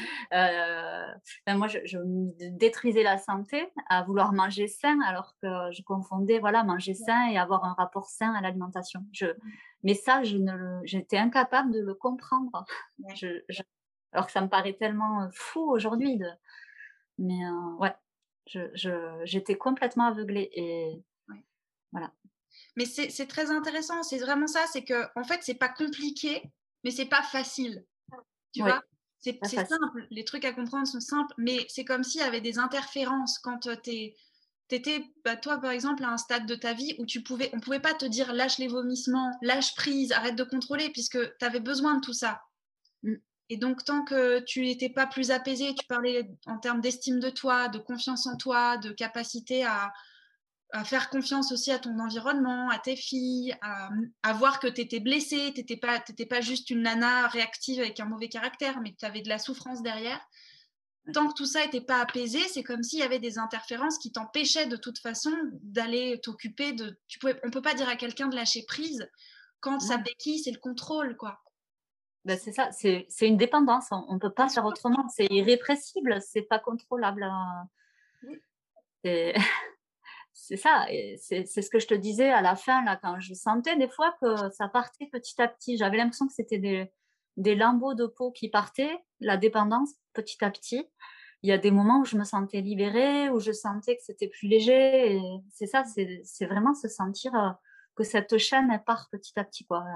Speaker 2: moi je me détruisais la santé à vouloir manger sain alors que je confondais, voilà, manger sain et avoir un rapport sain à l'alimentation. Mais ça, j'étais incapable de le comprendre.
Speaker 1: Ouais.
Speaker 2: Alors que ça me paraît tellement, fou aujourd'hui mais ouais, j'étais complètement aveuglée et
Speaker 1: Ouais.
Speaker 2: voilà.
Speaker 1: Mais c'est très intéressant, c'est vraiment ça, c'est que, en fait, c'est pas compliqué, mais c'est pas facile. Tu
Speaker 2: Oui,
Speaker 1: vois,
Speaker 2: pas
Speaker 1: c'est
Speaker 2: facile.
Speaker 1: simple, les trucs à comprendre sont simples, mais c'est comme s'il y avait des interférences quand t'étais, bah, toi par exemple, à un stade de ta vie où on pouvait pas te dire lâche les vomissements, lâche prise, arrête de contrôler, puisque tu avais besoin de tout ça.
Speaker 2: Mmh.
Speaker 1: Et donc, tant que tu n'étais pas plus apaisé, tu parlais en termes d'estime de toi, de confiance en toi, de capacité à faire confiance aussi à ton environnement, à tes filles, à voir que tu étais blessée, t'étais pas juste une nana réactive avec un mauvais caractère, mais que tu avais de la souffrance derrière. Tant que tout ça n'était pas apaisé, c'est comme s'il y avait des interférences qui t'empêchaient de toute façon d'aller t'occuper de. On peut pas dire à quelqu'un de lâcher prise quand sa
Speaker 2: Non.
Speaker 1: béquille, c'est le contrôle, quoi.
Speaker 2: Ben c'est ça, c'est une dépendance, on peut pas
Speaker 1: Bien sûr.
Speaker 2: faire autrement, c'est irrépressible, c'est pas contrôlable,
Speaker 1: Oui.
Speaker 2: c'est c'est ça et c'est ce que je te disais à la fin là, quand je sentais des fois que ça partait petit à petit. J'avais l'impression que c'était des lambeaux de peau qui partaient, la dépendance petit à petit. Il y a des moments où je me sentais libérée, où je sentais que c'était plus léger et c'est ça, c'est vraiment se sentir, que cette chaîne elle part petit à petit quoi,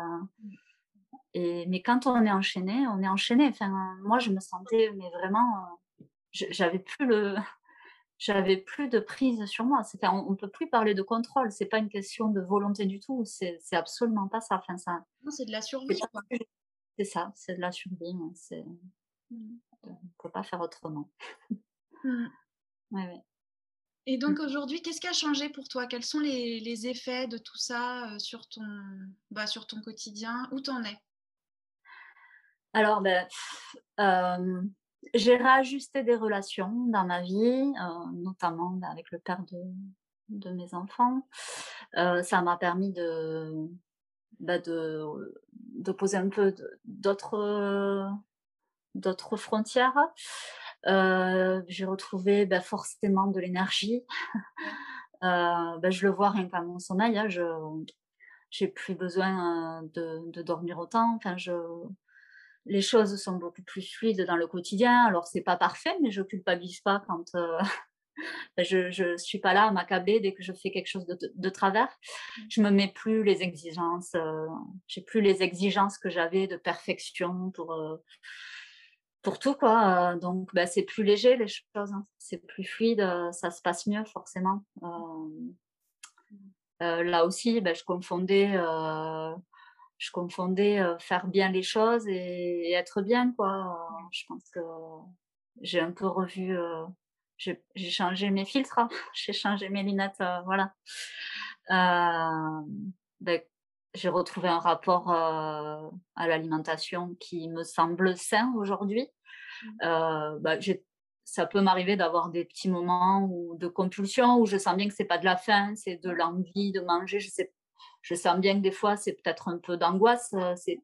Speaker 2: mais quand on est enchaîné, on est enchaîné. Enfin, moi je me sentais mais vraiment, j'avais plus j'avais plus de prise sur moi. C'était on peut plus parler de contrôle, c'est pas une question de volonté du tout, c'est absolument pas ça. Enfin ça
Speaker 1: Non, c'est de la
Speaker 2: c'est
Speaker 1: survie,
Speaker 2: pas
Speaker 1: quoi.
Speaker 2: c'est ça, c'est de la survie, ouais,
Speaker 1: Mm.
Speaker 2: on peut pas faire autrement.
Speaker 1: Mm.
Speaker 2: Ouais, ouais.
Speaker 1: Et
Speaker 2: Mmh.
Speaker 1: donc aujourd'hui, qu'est-ce qui a changé pour toi? Quels sont les effets de tout ça sur ton quotidien? Où t'en es?
Speaker 2: Alors ben, j'ai réajusté des relations dans ma vie, notamment, bah, avec le père de mes enfants. Ça m'a permis bah, de poser un peu d'autres frontières. J'ai retrouvé, bah, forcément de l'énergie.
Speaker 1: Ouais.
Speaker 2: Bah, je le vois rien qu'à mon sommeil, hein, je j'ai plus besoin, de dormir autant. Enfin, les choses sont beaucoup plus fluides dans le quotidien. Alors c'est pas parfait, mais je culpabilise pas quand, bah, je suis pas là à m'accabler dès que je fais quelque chose de travers. Je me mets plus les exigences, j'ai plus les exigences que j'avais de perfection pour tout quoi, donc bah, c'est plus léger les choses, hein. C'est plus fluide, ça se passe mieux forcément. Là aussi, bah, je confondais, faire bien les choses et être bien quoi. Je pense que j'ai un peu revu, j'ai changé mes filtres, hein. J'ai changé mes lunettes, voilà. Beh, j'ai retrouvé un rapport, à l'alimentation qui me semble sain aujourd'hui.
Speaker 1: Mmh.
Speaker 2: Bah, ça peut m'arriver d'avoir des petits moments de compulsion où je sens bien que c'est pas de la faim, c'est de l'envie de manger. Je sens bien que des fois c'est peut-être un peu d'angoisse,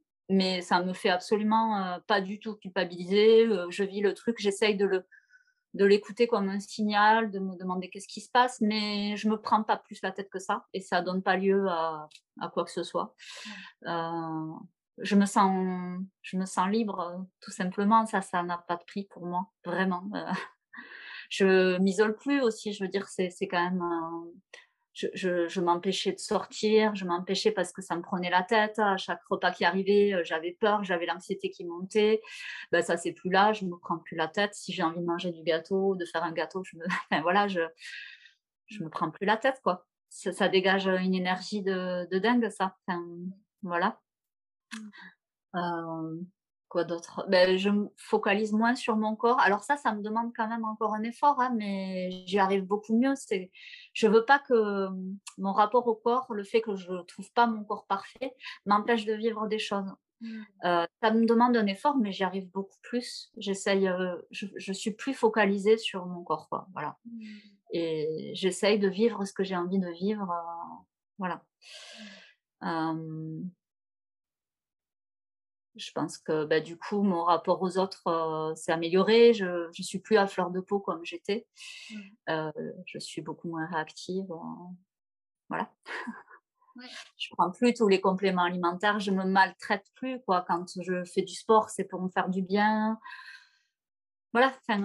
Speaker 2: mais ça me fait absolument, pas du tout culpabiliser, je vis le truc, j'essaye de l'écouter comme un signal, de me demander qu'est-ce qui se passe, mais je me prends pas plus la tête que ça et ça donne pas lieu à quoi que ce soit.
Speaker 1: Ouais.
Speaker 2: Heu, je me sens libre, tout simplement, ça n'a pas de prix pour moi, vraiment, Je m'isole plus aussi, je veux dire, c'est quand même, je m'empêchais de sortir, je m'empêchais parce que ça me prenait la tête. À chaque repas qui arrivait, j'avais peur, j'avais l'anxiété qui montait. Ben ça, c'est plus là, je me prends plus la tête. Si j'ai envie de manger du gâteau, de faire un gâteau, enfin voilà, je me prends plus la tête, quoi. Ça dégage, une énergie de dingue ça. Enfin, voilà.
Speaker 1: Mmh.
Speaker 2: Hem, quoi d'autre? Ben je me focalise moins sur mon corps. Alors ça me demande quand même encore un effort, hein, mais j'y arrive beaucoup mieux. Je veux pas que, mon rapport au corps, le fait que je trouve pas mon corps parfait, m'empêche de vivre des choses.
Speaker 1: Mmh.
Speaker 2: Ça me demande un effort, mais j'y arrive beaucoup plus. Je suis plus focalisée sur mon corps, quoi, voilà,
Speaker 1: Mmh.
Speaker 2: et j'essaye de vivre ce que j'ai envie de vivre, voilà.
Speaker 1: Mmh.
Speaker 2: Hem Je pense que, bah, du coup, mon rapport aux autres, s'est amélioré. Je suis plus à fleur de peau comme j'étais.
Speaker 1: Mmh.
Speaker 2: Heu, je suis beaucoup moins réactive, voilà.
Speaker 1: Ouais.
Speaker 2: Je prends plus tous les compléments alimentaires, je me maltraite plus, quoi. Quand je fais du sport, c'est pour me faire du bien. Voilà, enfin,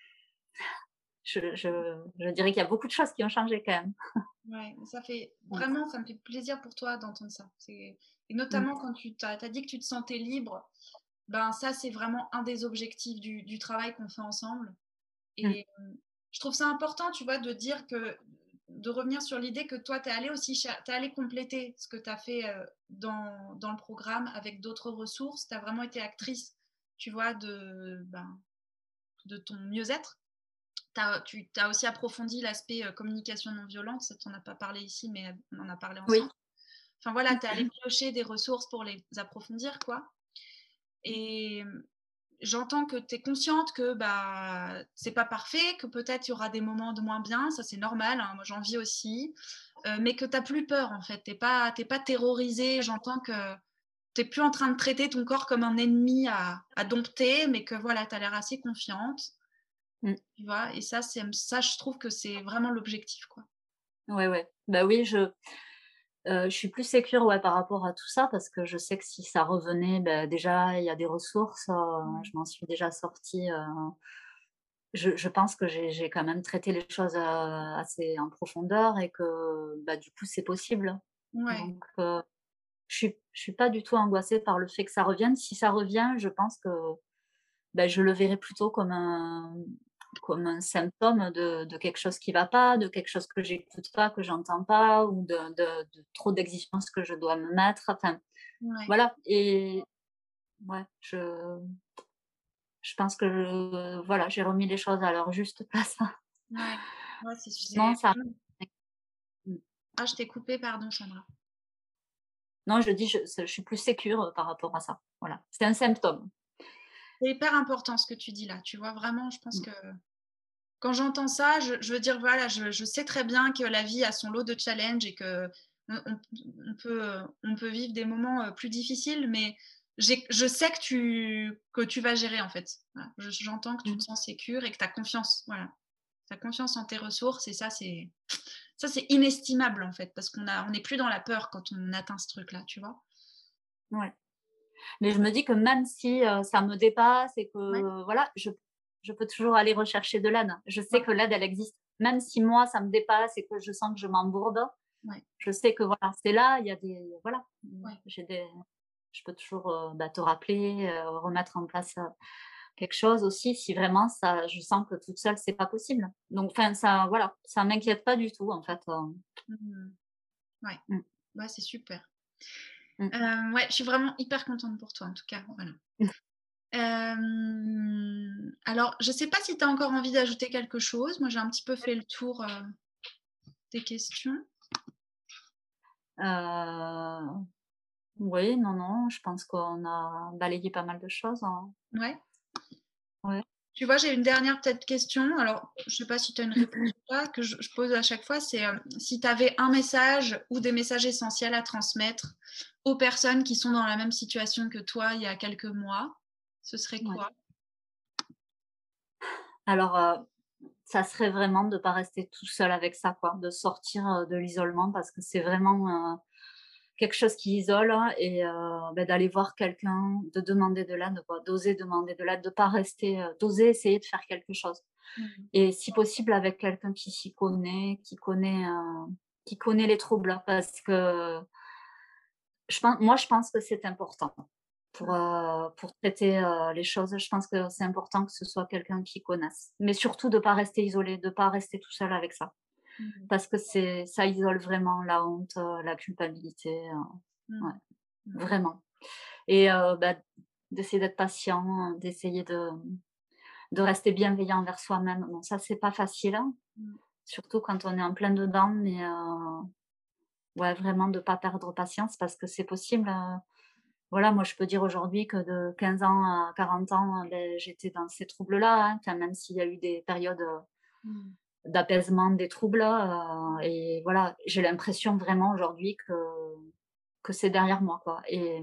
Speaker 2: je dirais qu'il y a beaucoup de choses qui ont changé quand même.
Speaker 1: Ouais, mais ça fait
Speaker 2: Ouais.
Speaker 1: vraiment, ça me fait plaisir pour toi d'entendre ça. Et
Speaker 2: Mmh.
Speaker 1: notamment quand tu t'as dit que tu te sentais libre, ben ça, c'est vraiment un des objectifs du travail qu'on fait ensemble.
Speaker 2: Mmh.
Speaker 1: Et je trouve ça important, tu vois, de dire que, de revenir sur l'idée que toi, tu es allé aussi, tu allé compléter ce que tu as fait dans le programme avec d'autres ressources. Tu as vraiment été actrice, tu vois, de ton mieux-être. Tu as aussi approfondi l'aspect communication non violente, ça t'en as pas parlé ici, mais on en a parlé
Speaker 2: Oui.
Speaker 1: ensemble. Enfin voilà, tu es allé piocher des ressources pour les approfondir, quoi. Et j'entends que tu es consciente que bah, c'est pas parfait, que peut-être il y aura des moments de moins bien, ça c'est normal, hein, moi j'en vis aussi, mais que tu n'as plus peur en fait, t'es pas terrorisée, j'entends que tu n'es plus en train de traiter ton corps comme un ennemi à dompter, mais que voilà, tu as l'air assez confiante,
Speaker 2: Mmh.
Speaker 1: tu vois, et ça, je trouve que c'est vraiment l'objectif, quoi.
Speaker 2: Ouais, ouais. Bah, oui, je suis plus sécure, ouais, par rapport à tout ça parce que je sais que si ça revenait, bah, déjà, il y a des ressources, je
Speaker 1: Ouais,
Speaker 2: m'en suis déjà sortie, je pense que j'ai quand même traité les choses, assez en profondeur et que, bah, du coup, c'est possible.
Speaker 1: ouais,
Speaker 2: Donc, je suis pas du tout angoissée par le fait que ça revienne. Si ça revient, je pense que, bah, je le verrai plutôt comme un symptôme de quelque chose qui va pas, de quelque chose que j'écoute pas, que j'entends pas ou de trop d'exigences que je dois me mettre. Enfin,
Speaker 1: ouais,
Speaker 2: voilà, et ouais, je pense que voilà, j'ai remis les choses à leur juste place.
Speaker 1: ouais, ouais,
Speaker 2: Sinon ça mmh.
Speaker 1: Ah, je t'ai coupé, pardon, Sandra.
Speaker 2: Non, je dis je suis plus sécure, par rapport à ça. Voilà, c'est un symptôme.
Speaker 1: C'est hyper important ce que tu dis là, tu vois, vraiment, je pense
Speaker 2: Mmh.
Speaker 1: que quand j'entends ça, je veux dire, voilà, je sais très bien que la vie a son lot de challenges et que on peut vivre des moments plus difficiles, mais je sais que tu vas gérer en fait. Voilà. J'entends que tu te
Speaker 2: Mmh.
Speaker 1: sens sécure et que tu as confiance. Voilà. Tu as confiance en tes ressources et ça, c'est inestimable en fait, parce on n'est plus dans la peur quand on atteint ce truc-là, tu vois.
Speaker 2: Ouais. Mais je me dis que même si, ça me dépasse et
Speaker 1: Ouais,
Speaker 2: que voilà, je peux toujours aller rechercher de l'aide. Je sais
Speaker 1: ouais,
Speaker 2: que l'aide, elle existe. Même si moi, ça me dépasse et que je sens que je m'embourbe,
Speaker 1: ouais,
Speaker 2: je sais que voilà, c'est là, il y a des voilà,
Speaker 1: ouais.
Speaker 2: je peux toujours, bah, te rappeler, remettre en place, quelque chose aussi si vraiment ça je sens que toute seule, c'est pas possible. Donc enfin ça voilà, ça m'inquiète pas du tout en fait,
Speaker 1: Mhm. Ouais,
Speaker 2: mmh,
Speaker 1: ouais, c'est super.
Speaker 2: mmh.
Speaker 1: Ouais, je suis vraiment hyper contente pour toi en tout cas. Voilà. Alors, je ne sais pas si tu as encore envie d'ajouter quelque chose. Moi, j'ai un petit peu fait le tour des questions.
Speaker 2: Heu, oui, non, non, je pense qu'on a balayé pas mal de choses, hein.
Speaker 1: Ouais.
Speaker 2: Ouais.
Speaker 1: Tu vois, j'ai une dernière peut-être question. Alors, je ne sais pas si tu as une réponse ou pas, que je pose à chaque fois. C'est si tu avais un message ou des messages essentiels à transmettre aux personnes qui sont dans la même situation que toi il y a quelques mois, ce serait
Speaker 2: Ouais.
Speaker 1: quoi?
Speaker 2: Alors, ça serait vraiment de ne pas rester tout seul avec ça, quoi, de sortir de l'isolement parce que c'est vraiment quelque chose qui isole et d'aller voir quelqu'un, de demander de l'aide, quoi, d'oser demander de l'aide, de pas rester, d'oser essayer de faire quelque chose.
Speaker 1: Mmh.
Speaker 2: Et si possible avec quelqu'un qui s'y connaît, qui connaît les troubles, parce que je pense que c'est important pour traiter, les choses. Je pense que c'est important que ce soit quelqu'un qui connaisse. Mais surtout de pas rester isolé, de pas rester tout seul avec ça.
Speaker 1: Mmh.
Speaker 2: Parce que ça isole vraiment la honte, la culpabilité, ouais,
Speaker 1: Mmh. Mmh.
Speaker 2: vraiment. Et d'essayer d'être patient, d'essayer de rester bienveillant envers soi-même. Bon ça, c'est pas facile, hein,
Speaker 1: Mmh.
Speaker 2: surtout quand on est en plein dedans, mais ouais, vraiment de pas perdre patience parce que c'est possible, voilà, moi, je peux dire aujourd'hui que de 15 ans à 40 ans, j'étais dans ces troubles-là, hein, enfin, même s'il y a eu des périodes,
Speaker 1: Mmh.
Speaker 2: d'apaisement des troubles, et voilà, j'ai l'impression vraiment aujourd'hui que c'est derrière moi, quoi et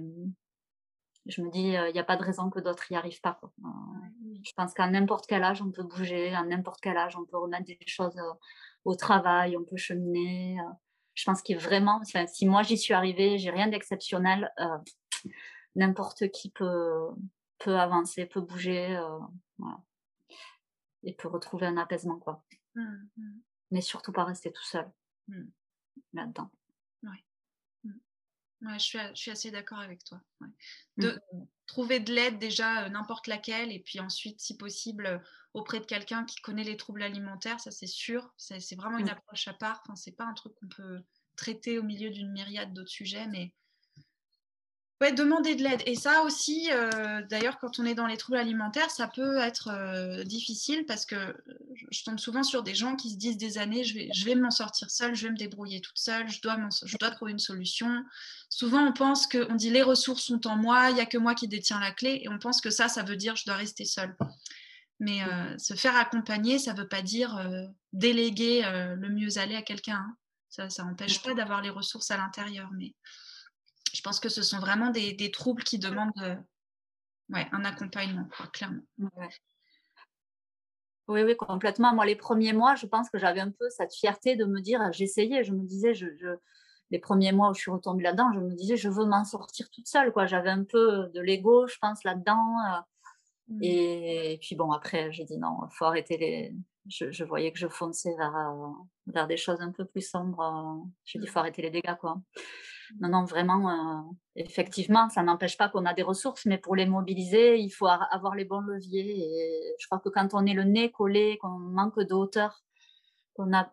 Speaker 2: je me dis, «Il y a pas de raison que d'autres y arrivent pas», quoi.
Speaker 1: Ouais, oui.
Speaker 2: Je pense qu'à n'importe quel âge, on peut bouger, à n'importe quel âge, on peut remettre des choses, au travail, on peut cheminer, je pense qu'il y a vraiment enfin, si moi j'y suis arrivée, j'ai rien d'exceptionnel, n'importe qui peut avancer, peut bouger, voilà et peut retrouver un apaisement, quoi.
Speaker 1: Mmh. Mmh.
Speaker 2: Mais surtout pas rester tout seul
Speaker 1: Mmh.
Speaker 2: là-dedans.
Speaker 1: Ouais. Mmh. Ouais, je suis assez d'accord avec toi, ouais.
Speaker 2: Mmh.
Speaker 1: De trouver de l'aide déjà, n'importe laquelle et puis ensuite, si possible, auprès de quelqu'un qui connaît les troubles alimentaires, ça c'est sûr. C'est vraiment une
Speaker 2: Mmh.
Speaker 1: approche à part. Enfin, c'est pas un truc qu'on peut traiter au milieu d'une myriade d'autres sujets, mais ouais, demander de l'aide et ça aussi, d'ailleurs quand on est dans les troubles alimentaires, ça peut être, difficile parce que, je tombe souvent sur des gens qui se disent des années: «Je vais m'en sortir seule, je vais me débrouiller toute seule, je dois trouver une solution». Souvent on pense qu'on dit: «Les ressources sont en moi, il y a que moi qui détiens la clé» et on pense que ça veut dire: «Je dois rester seule». Mais, se faire accompagner, ça veut pas dire, déléguer, le mieux-aller à quelqu'un, hein. Ça
Speaker 2: Mmh.
Speaker 1: empêche pas d'avoir les ressources à l'intérieur, mais je pense que ce sont vraiment des troubles qui demandent, ouais, un accompagnement, quoi, clairement.
Speaker 2: Ouais. Oui, oui, complètement. Moi, les premiers mois, je pense que j'avais un peu cette fierté de me dire, j'essayais, je me disais, les premiers mois où je suis retombée là-dedans, je me disais: «Je veux m'en sortir toute seule», quoi. J'avais un peu de l'ego, je pense, là-dedans,
Speaker 1: Mmh.
Speaker 2: et puis bon, après, j'ai dit: «Non, il faut arrêter les» je voyais que je fonçais vers des choses un peu plus sombres, j'ai dit: «Il faut
Speaker 1: Mmh.
Speaker 2: arrêter les dégâts, quoi».
Speaker 1: Mmh.
Speaker 2: Non, non, vraiment, effectivement, ça n'empêche pas qu'on a des ressources, mais pour les mobiliser, il faut avoir les bons leviers et je crois que quand on est le nez collé, qu'on manque de hauteur, qu'on a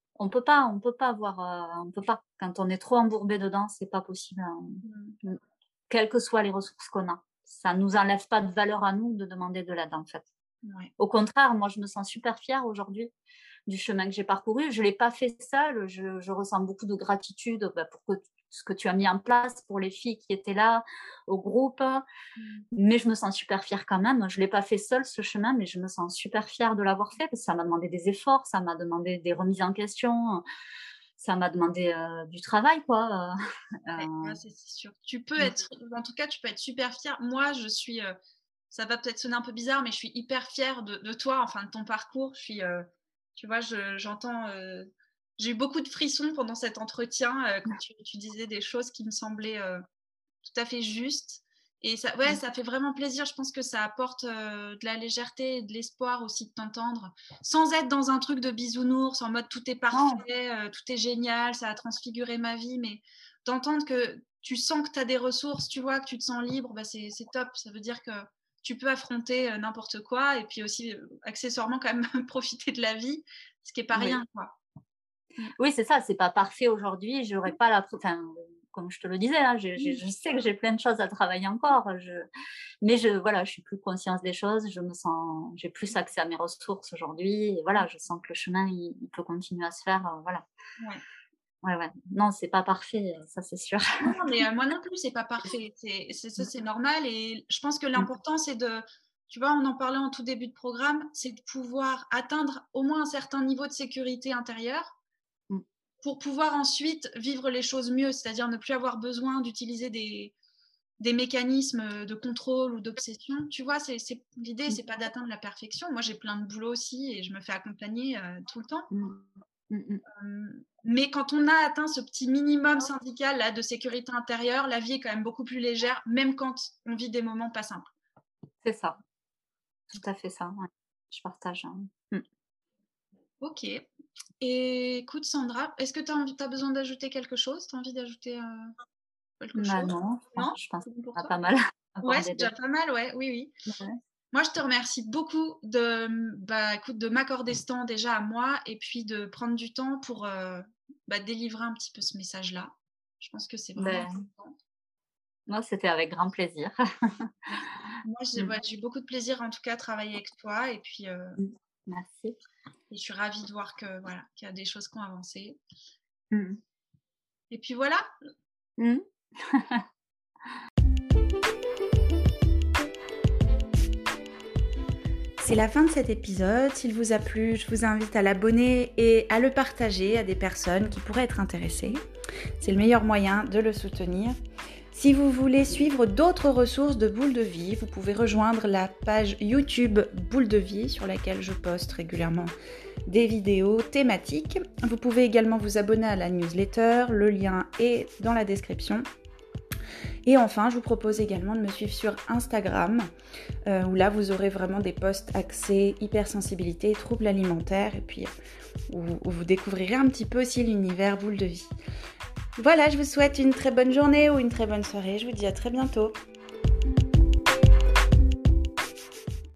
Speaker 2: on peut pas avoir, on peut pas. Quand on est trop embourbé dedans, c'est pas possible,
Speaker 1: Mmh.
Speaker 2: quelles que soient les ressources qu'on a. Ça nous enlève pas de valeur à nous de demander de l'aide, en fait.
Speaker 1: Ouais.
Speaker 2: Au contraire, moi, je me sens super fière aujourd'hui du chemin que j'ai parcouru. Je ne l'ai pas fait seule. Je ressens beaucoup de gratitude pour ce que tu as mis en place, pour les filles qui étaient là, au groupe.
Speaker 1: Mmh.
Speaker 2: Mais je me sens super fière quand même. Je ne l'ai pas fait seule, ce chemin, mais je me sens super fière de l'avoir fait parce que ça m'a demandé des efforts, ça m'a demandé des remises en question, ça m'a demandé du travail, quoi.
Speaker 1: Ouais,
Speaker 2: Euh,
Speaker 1: ouais, c'est sûr. Tu peux être en tout cas, tu peux être super fière. Moi, je suis, ça va peut-être sonner un peu bizarre, mais je suis hyper fière de toi, enfin de ton parcours. Je suis, tu vois, j'entends, j'ai eu beaucoup de frissons pendant cet entretien, quand tu disais des choses qui me semblaient, tout à fait justes et ça ouais, ça fait vraiment plaisir. Je pense que ça apporte, de la légèreté et de l'espoir aussi de t'entendre, sans être dans un truc de bisounours, en mode tout est
Speaker 2: non,
Speaker 1: parfait, tout est génial, ça a transfiguré ma vie, mais d'entendre que tu sens que tu as des ressources, tu vois, que tu te sens libre, bah, c'est top. Ça veut dire que tu peux affronter, n'importe quoi et puis aussi, accessoirement quand même profiter de la vie, ce qui est pas
Speaker 2: oui.
Speaker 1: rien, quoi. Mmh.
Speaker 2: Oui, c'est ça, c'est pas parfait aujourd'hui, j'aurais pas enfin, comme je te le disais, hein,
Speaker 1: Mmh.
Speaker 2: je sais que j'ai plein de choses à travailler encore, mais voilà, je suis plus consciente des choses, j'ai plus accès à mes ressources aujourd'hui et voilà, je sens que le chemin, il peut continuer à se faire, voilà.
Speaker 1: Ouais.
Speaker 2: Ouais, ouais. Non, c'est pas parfait, ça c'est sûr.
Speaker 1: Non, non, mais moi non plus, c'est pas parfait. C'est ça,
Speaker 2: Mmh,
Speaker 1: c'est normal et je pense que
Speaker 2: mmh,
Speaker 1: l'important, c'est de tu vois, on en parlait en tout début de programme, c'est de pouvoir atteindre au moins un certain niveau de sécurité intérieure
Speaker 2: mmh.
Speaker 1: pour pouvoir ensuite vivre les choses mieux, c'est-à-dire ne plus avoir besoin d'utiliser des mécanismes de contrôle ou d'obsession. Tu vois, l'idée, c'est pas d'atteindre la perfection. Moi, j'ai plein de boulot aussi et je me fais accompagner tout le temps. Mais quand on a atteint ce petit minimum syndical là, de sécurité intérieure, la vie est quand même beaucoup plus légère, même quand on vit des moments pas simples.
Speaker 2: C'est ça. Tout à fait ça, ouais. Je partage.
Speaker 1: Ok. Et écoute, Sandra, est-ce que tu as besoin d'ajouter quelque chose? Tu as envie d'ajouter quelque chose?
Speaker 2: Non,
Speaker 1: Non,
Speaker 2: je pense
Speaker 1: c'est bon pour
Speaker 2: qu'on a
Speaker 1: toi?
Speaker 2: pas mal
Speaker 1: Ouais,
Speaker 2: abordé
Speaker 1: c'est déjà pas mal, ouais, oui.
Speaker 2: Ouais.
Speaker 1: Moi, je te remercie beaucoup de m'accorder ce temps déjà à moi et puis de prendre du temps pour délivrer un petit peu ce message-là. Je pense que c'est vraiment important.
Speaker 2: Moi, c'était avec grand plaisir.
Speaker 1: Merci. Moi, j'ai eu beaucoup de plaisir en tout cas à travailler avec toi et puis
Speaker 2: Merci.
Speaker 1: et je suis ravie de voir que voilà, qu'il y a des choses qui ont avancé.
Speaker 2: Mmh.
Speaker 1: Et puis voilà. C'est la fin de cet épisode. S'il vous a plu, je vous invite à l'abonner et à le partager à des personnes qui pourraient être intéressées. C'est le meilleur moyen de le soutenir. Si vous voulez suivre d'autres ressources de Boule de Vie, vous pouvez rejoindre la page YouTube Boule de Vie sur laquelle je poste régulièrement des vidéos thématiques. Vous pouvez également vous abonner à la newsletter, le lien est dans la description. Et enfin, je vous propose également de me suivre sur Instagram, où là vous aurez vraiment des posts axés hypersensibilité, troubles alimentaires, et puis où vous découvrirez un petit peu aussi l'univers Boule de Vie. Voilà, je vous souhaite une très bonne journée ou une très bonne soirée. Je vous dis à très bientôt.